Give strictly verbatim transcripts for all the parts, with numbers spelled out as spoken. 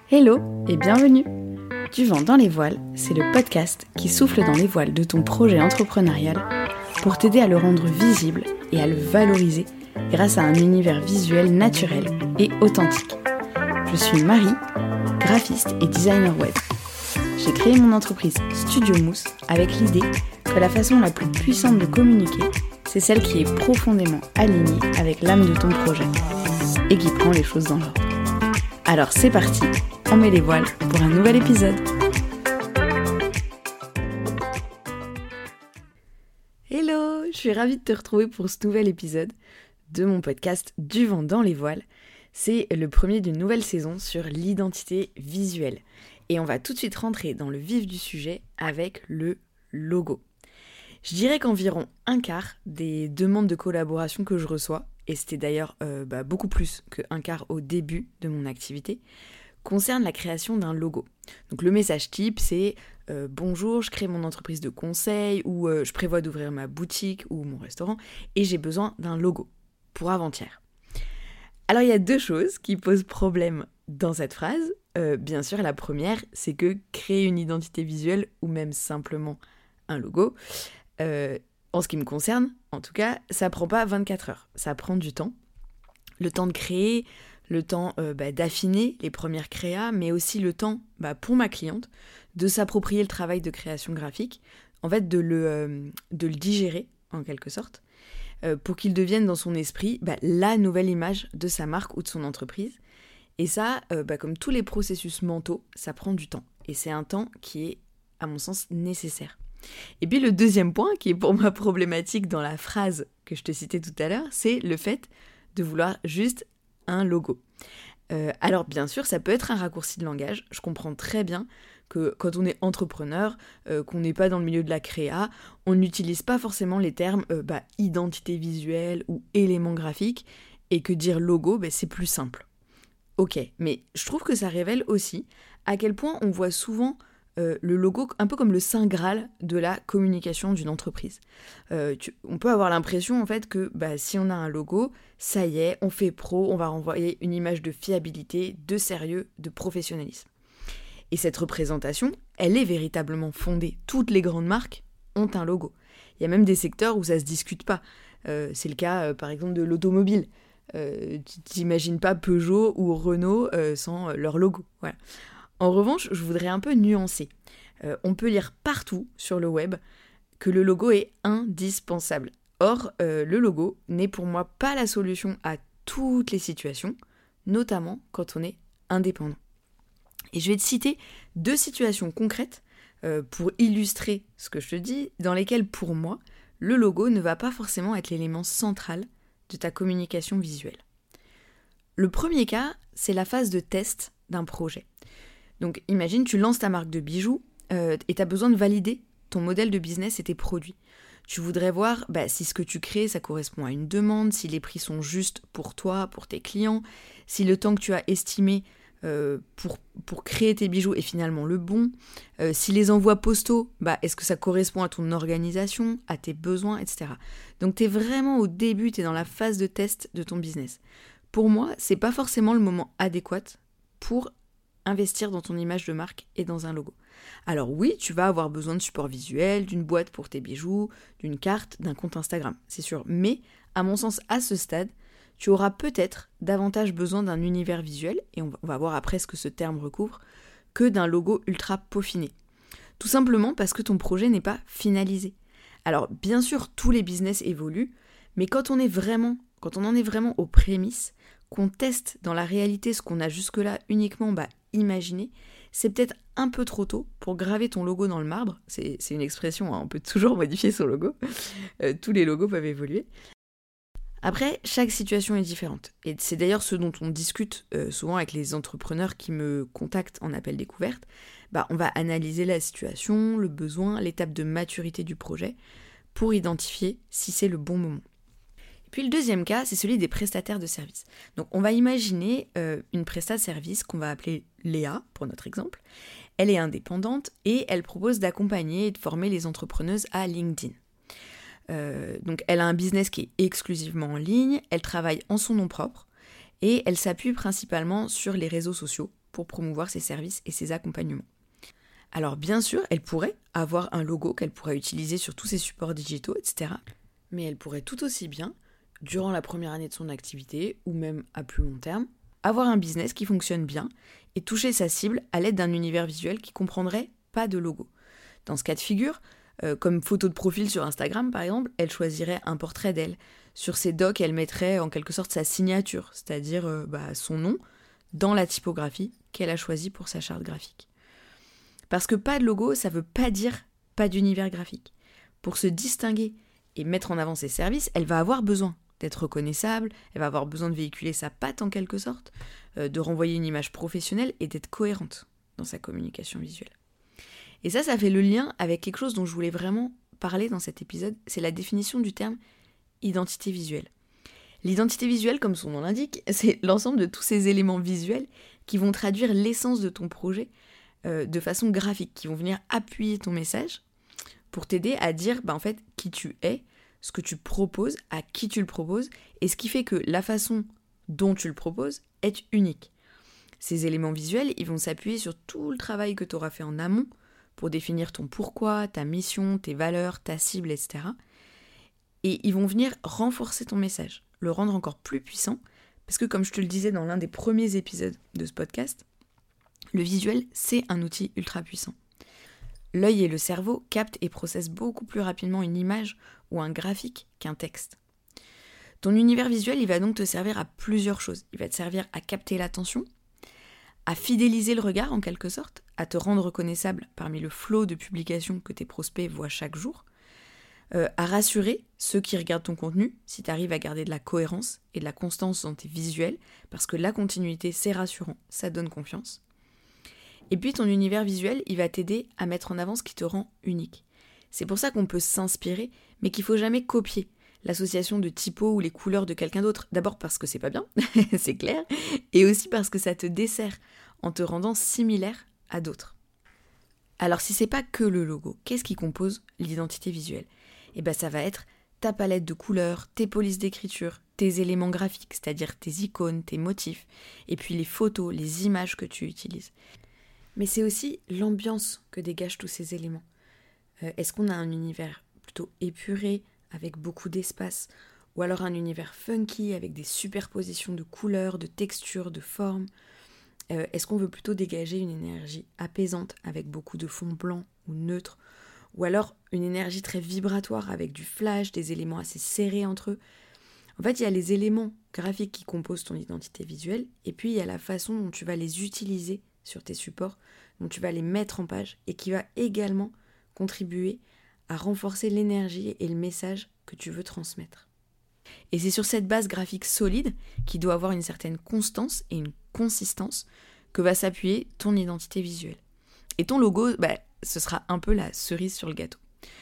Hello et bienvenue. Du vent dans les voiles, c'est le podcast qui souffle dans les voiles de ton projet entrepreneurial pour t'aider à le rendre visible et à le valoriser grâce à un univers visuel naturel et authentique. Je suis Marie, graphiste et designer web. J'ai créé mon entreprise Studio Mousse avec l'idée que la façon la plus puissante de communiquer, c'est celle qui est profondément alignée avec l'âme de ton projet et qui prend les choses dans l'ordre. Alors c'est parti, on met les voiles pour un nouvel épisode. Hello, je suis ravie de te retrouver pour ce nouvel épisode de mon podcast Du vent dans les voiles. C'est le premier d'une nouvelle saison sur l'identité visuelle. Et on va tout de suite rentrer dans le vif du sujet avec le logo. Je dirais qu'environ un quart des demandes de collaboration que je reçois, et c'était d'ailleurs euh, bah, beaucoup plus qu'un quart au début de mon activité, concerne la création d'un logo. Donc le message type, c'est euh, « Bonjour, je crée mon entreprise de conseil » ou euh, « Je prévois d'ouvrir ma boutique ou mon restaurant et j'ai besoin d'un logo pour avant-hier ». Alors il y a deux choses qui posent problème dans cette phrase. Euh, bien sûr, la première, c'est que créer une identité visuelle ou même simplement un logo, euh, en ce qui me concerne, en tout cas, ça prend pas vingt-quatre heures. Ça prend du temps. Le temps de créer, le temps euh, bah, d'affiner les premières créas, mais aussi le temps bah, pour ma cliente de s'approprier le travail de création graphique, en fait de le, euh, de le digérer en quelque sorte, euh, pour qu'il devienne dans son esprit bah, la nouvelle image de sa marque ou de son entreprise. Et ça, euh, bah, comme tous les processus mentaux, ça prend du temps. Et c'est un temps qui est, à mon sens, nécessaire. Et puis le deuxième point, qui est pour moi problématique dans la phrase que je te citais tout à l'heure, c'est le fait de vouloir juste un logo. Euh, alors bien sûr, ça peut être un raccourci de langage. Je comprends très bien que quand on est entrepreneur, euh, qu'on n'est pas dans le milieu de la créa, on n'utilise pas forcément les termes euh, bah, identité visuelle ou élément graphique, et que dire logo, bah, c'est plus simple. Ok, mais je trouve que ça révèle aussi à quel point on voit souvent euh, le logo un peu comme le saint graal de la communication d'une entreprise. Euh, tu, on peut avoir l'impression en fait que bah, si on a un logo, ça y est, on fait pro, on va renvoyer une image de fiabilité, de sérieux, de professionnalisme. Et cette représentation, elle est véritablement fondée. Toutes les grandes marques ont un logo. Il y a même des secteurs où ça se discute pas. Euh, c'est le cas euh, par exemple de l'automobile. Euh, tu t'imagines pas Peugeot ou Renault euh, sans euh, leur logo. Voilà. En revanche, je voudrais un peu nuancer. Euh, on peut lire partout sur le web que le logo est indispensable. Or, euh, le logo n'est pour moi pas la solution à toutes les situations, notamment quand on est indépendant. Et je vais te citer deux situations concrètes euh, pour illustrer ce que je te dis, dans lesquelles pour moi, le logo ne va pas forcément être l'élément central de ta communication visuelle. Le premier cas, c'est la phase de test d'un projet. Donc imagine, tu lances ta marque de bijoux euh, et tu as besoin de valider ton modèle de business et tes produits. Tu voudrais voir bah, si ce que tu crées, ça correspond à une demande, si les prix sont justes pour toi, pour tes clients, si le temps que tu as estimé euh, pour, pour créer tes bijoux est finalement le bon, euh, si les envois postaux, bah, est-ce que ça correspond à ton organisation, à tes besoins, et cetera. Donc tu es vraiment au début, tu es dans la phase de test de ton business. Pour moi, c'est pas forcément le moment adéquat pour investir dans ton image de marque et dans un logo. Alors oui, tu vas avoir besoin de support visuel, d'une boîte pour tes bijoux, d'une carte, d'un compte Instagram, c'est sûr. Mais, à mon sens, à ce stade, tu auras peut-être davantage besoin d'un univers visuel, et on va voir après ce que ce terme recouvre, que d'un logo ultra peaufiné. Tout simplement parce que ton projet n'est pas finalisé. Alors, bien sûr, tous les business évoluent, mais quand on est vraiment, quand on en est vraiment aux prémices, qu'on teste dans la réalité ce qu'on a jusque-là uniquement bah, imaginé, c'est peut-être un peu trop tôt pour graver ton logo dans le marbre. C'est, c'est une expression, hein, on peut toujours modifier son logo. Euh, tous les logos peuvent évoluer. Après, chaque situation est différente. Et c'est d'ailleurs ce dont on discute euh, souvent avec les entrepreneurs qui me contactent en appel découverte. Bah, on va analyser la situation, le besoin, l'étape de maturité du projet pour identifier si c'est le bon moment. Puis le deuxième cas, c'est celui des prestataires de services. Donc on va imaginer euh, une prestataire de service qu'on va appeler Léa, pour notre exemple. Elle est indépendante et elle propose d'accompagner et de former les entrepreneuses à LinkedIn. Euh, donc elle a un business qui est exclusivement en ligne, elle travaille en son nom propre et elle s'appuie principalement sur les réseaux sociaux pour promouvoir ses services et ses accompagnements. Alors bien sûr, elle pourrait avoir un logo qu'elle pourrait utiliser sur tous ses supports digitaux, et cetera. Mais elle pourrait tout aussi bien, durant la première année de son activité, ou même à plus long terme, avoir un business qui fonctionne bien et toucher sa cible à l'aide d'un univers visuel qui comprendrait pas de logo. Dans ce cas de figure, euh, comme photo de profil sur Instagram par exemple, elle choisirait un portrait d'elle. Sur ses docs, elle mettrait en quelque sorte sa signature, c'est-à-dire euh, bah, son nom, dans la typographie qu'elle a choisie pour sa charte graphique. Parce que pas de logo, ça veut pas dire pas d'univers graphique. Pour se distinguer et mettre en avant ses services, elle va avoir besoin d'être reconnaissable, elle va avoir besoin de véhiculer sa patte en quelque sorte, euh, de renvoyer une image professionnelle et d'être cohérente dans sa communication visuelle. Et ça, ça fait le lien avec quelque chose dont je voulais vraiment parler dans cet épisode, c'est la définition du terme identité visuelle. L'identité visuelle, comme son nom l'indique, c'est l'ensemble de tous ces éléments visuels qui vont traduire l'essence de ton projet euh, de façon graphique, qui vont venir appuyer ton message pour t'aider à dire bah, en fait qui tu es, ce que tu proposes, à qui tu le proposes, et ce qui fait que la façon dont tu le proposes est unique. Ces éléments visuels, ils vont s'appuyer sur tout le travail que tu auras fait en amont pour définir ton pourquoi, ta mission, tes valeurs, ta cible, et cetera. Et ils vont venir renforcer ton message, le rendre encore plus puissant, parce que comme je te le disais dans l'un des premiers épisodes de ce podcast, le visuel, c'est un outil ultra puissant. L'œil et le cerveau captent et processent beaucoup plus rapidement une image ou un graphique qu'un texte. Ton univers visuel, il va donc te servir à plusieurs choses. Il va te servir à capter l'attention, à fidéliser le regard en quelque sorte, à te rendre reconnaissable parmi le flot de publications que tes prospects voient chaque jour, euh, à rassurer ceux qui regardent ton contenu si tu arrives à garder de la cohérence et de la constance dans tes visuels, parce que la continuité, c'est rassurant, ça donne confiance. Et puis ton univers visuel, il va t'aider à mettre en avant ce qui te rend unique. C'est pour ça qu'on peut s'inspirer, mais qu'il faut jamais copier l'association de typos ou les couleurs de quelqu'un d'autre. D'abord parce que c'est pas bien, c'est clair, et aussi parce que ça te dessert en te rendant similaire à d'autres. Alors si c'est pas que le logo, qu'est-ce qui compose l'identité visuelle ? Eh ben ça va être ta palette de couleurs, tes polices d'écriture, tes éléments graphiques, c'est-à-dire tes icônes, tes motifs, et puis les photos, les images que tu utilises. Mais c'est aussi l'ambiance que dégagent tous ces éléments. Euh, est-ce qu'on a un univers plutôt épuré, avec beaucoup d'espace, ou alors un univers funky, avec des superpositions de couleurs, de textures, de formes ? euh, Est-ce qu'on veut plutôt dégager une énergie apaisante, avec beaucoup de fond blanc ou neutre ? Ou alors une énergie très vibratoire, avec du flash, des éléments assez serrés entre eux ? En fait, il y a les éléments graphiques qui composent ton identité visuelle, et puis il y a la façon dont tu vas les utiliser sur tes supports, dont tu vas les mettre en page et qui va également contribuer à renforcer l'énergie et le message que tu veux transmettre. Et c'est sur cette base graphique solide, qui doit avoir une certaine constance et une consistance, que va s'appuyer ton identité visuelle. Et ton logo, bah, ce sera un peu la cerise sur le gâteau.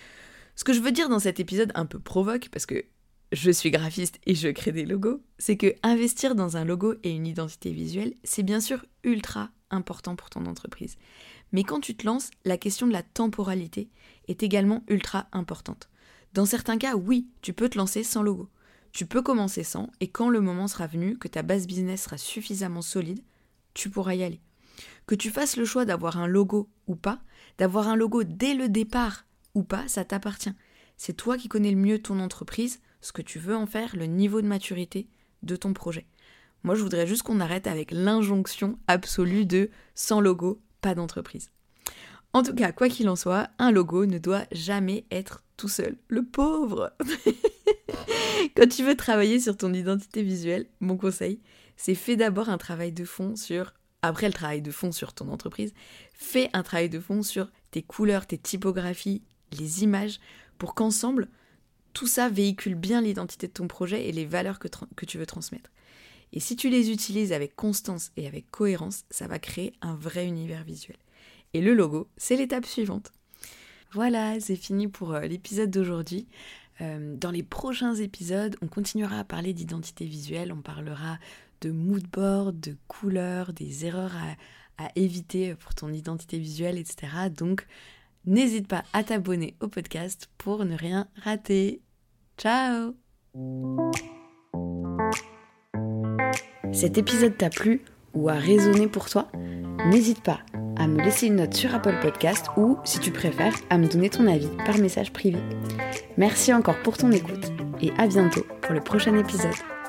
Ce que je veux dire dans cet épisode un peu provoque, parce que je suis graphiste et je crée des logos, c'est que investir dans un logo et une identité visuelle, c'est bien sûr ultra important pour ton entreprise. Mais quand tu te lances, la question de la temporalité est également ultra importante. Dans certains cas, oui, tu peux te lancer sans logo. Tu peux commencer sans, et quand le moment sera venu, que ta base business sera suffisamment solide, tu pourras y aller. Que tu fasses le choix d'avoir un logo ou pas, d'avoir un logo dès le départ ou pas, ça t'appartient. C'est toi qui connais le mieux ton entreprise, ce que tu veux en faire, le niveau de maturité de ton projet. Moi, je voudrais juste qu'on arrête avec l'injonction absolue de « sans logo, pas d'entreprise ». En tout cas, quoi qu'il en soit, un logo ne doit jamais être tout seul. Le pauvre. Quand tu veux travailler sur ton identité visuelle, mon conseil, c'est fais d'abord un travail de fond sur, après le travail de fond sur ton entreprise, fais un travail de fond sur tes couleurs, tes typographies, les images, pour qu'ensemble, tout ça véhicule bien l'identité de ton projet et les valeurs que, tra- que tu veux transmettre. Et si tu les utilises avec constance et avec cohérence, ça va créer un vrai univers visuel. Et le logo, c'est l'étape suivante. Voilà, c'est fini pour euh, l'épisode d'aujourd'hui. Euh, dans les prochains épisodes, on continuera à parler d'identité visuelle, on parlera de mood board, de couleurs, des erreurs à, à éviter pour ton identité visuelle, et cetera. Donc, n'hésite pas à t'abonner au podcast pour ne rien rater. Ciao! Cet épisode t'a plu ou a résonné pour toi ? n'hésite pas à me laisser une note sur Apple Podcast ou, si tu préfères, à me donner ton avis par message privé. Merci encore pour ton écoute et à bientôt pour le prochain épisode.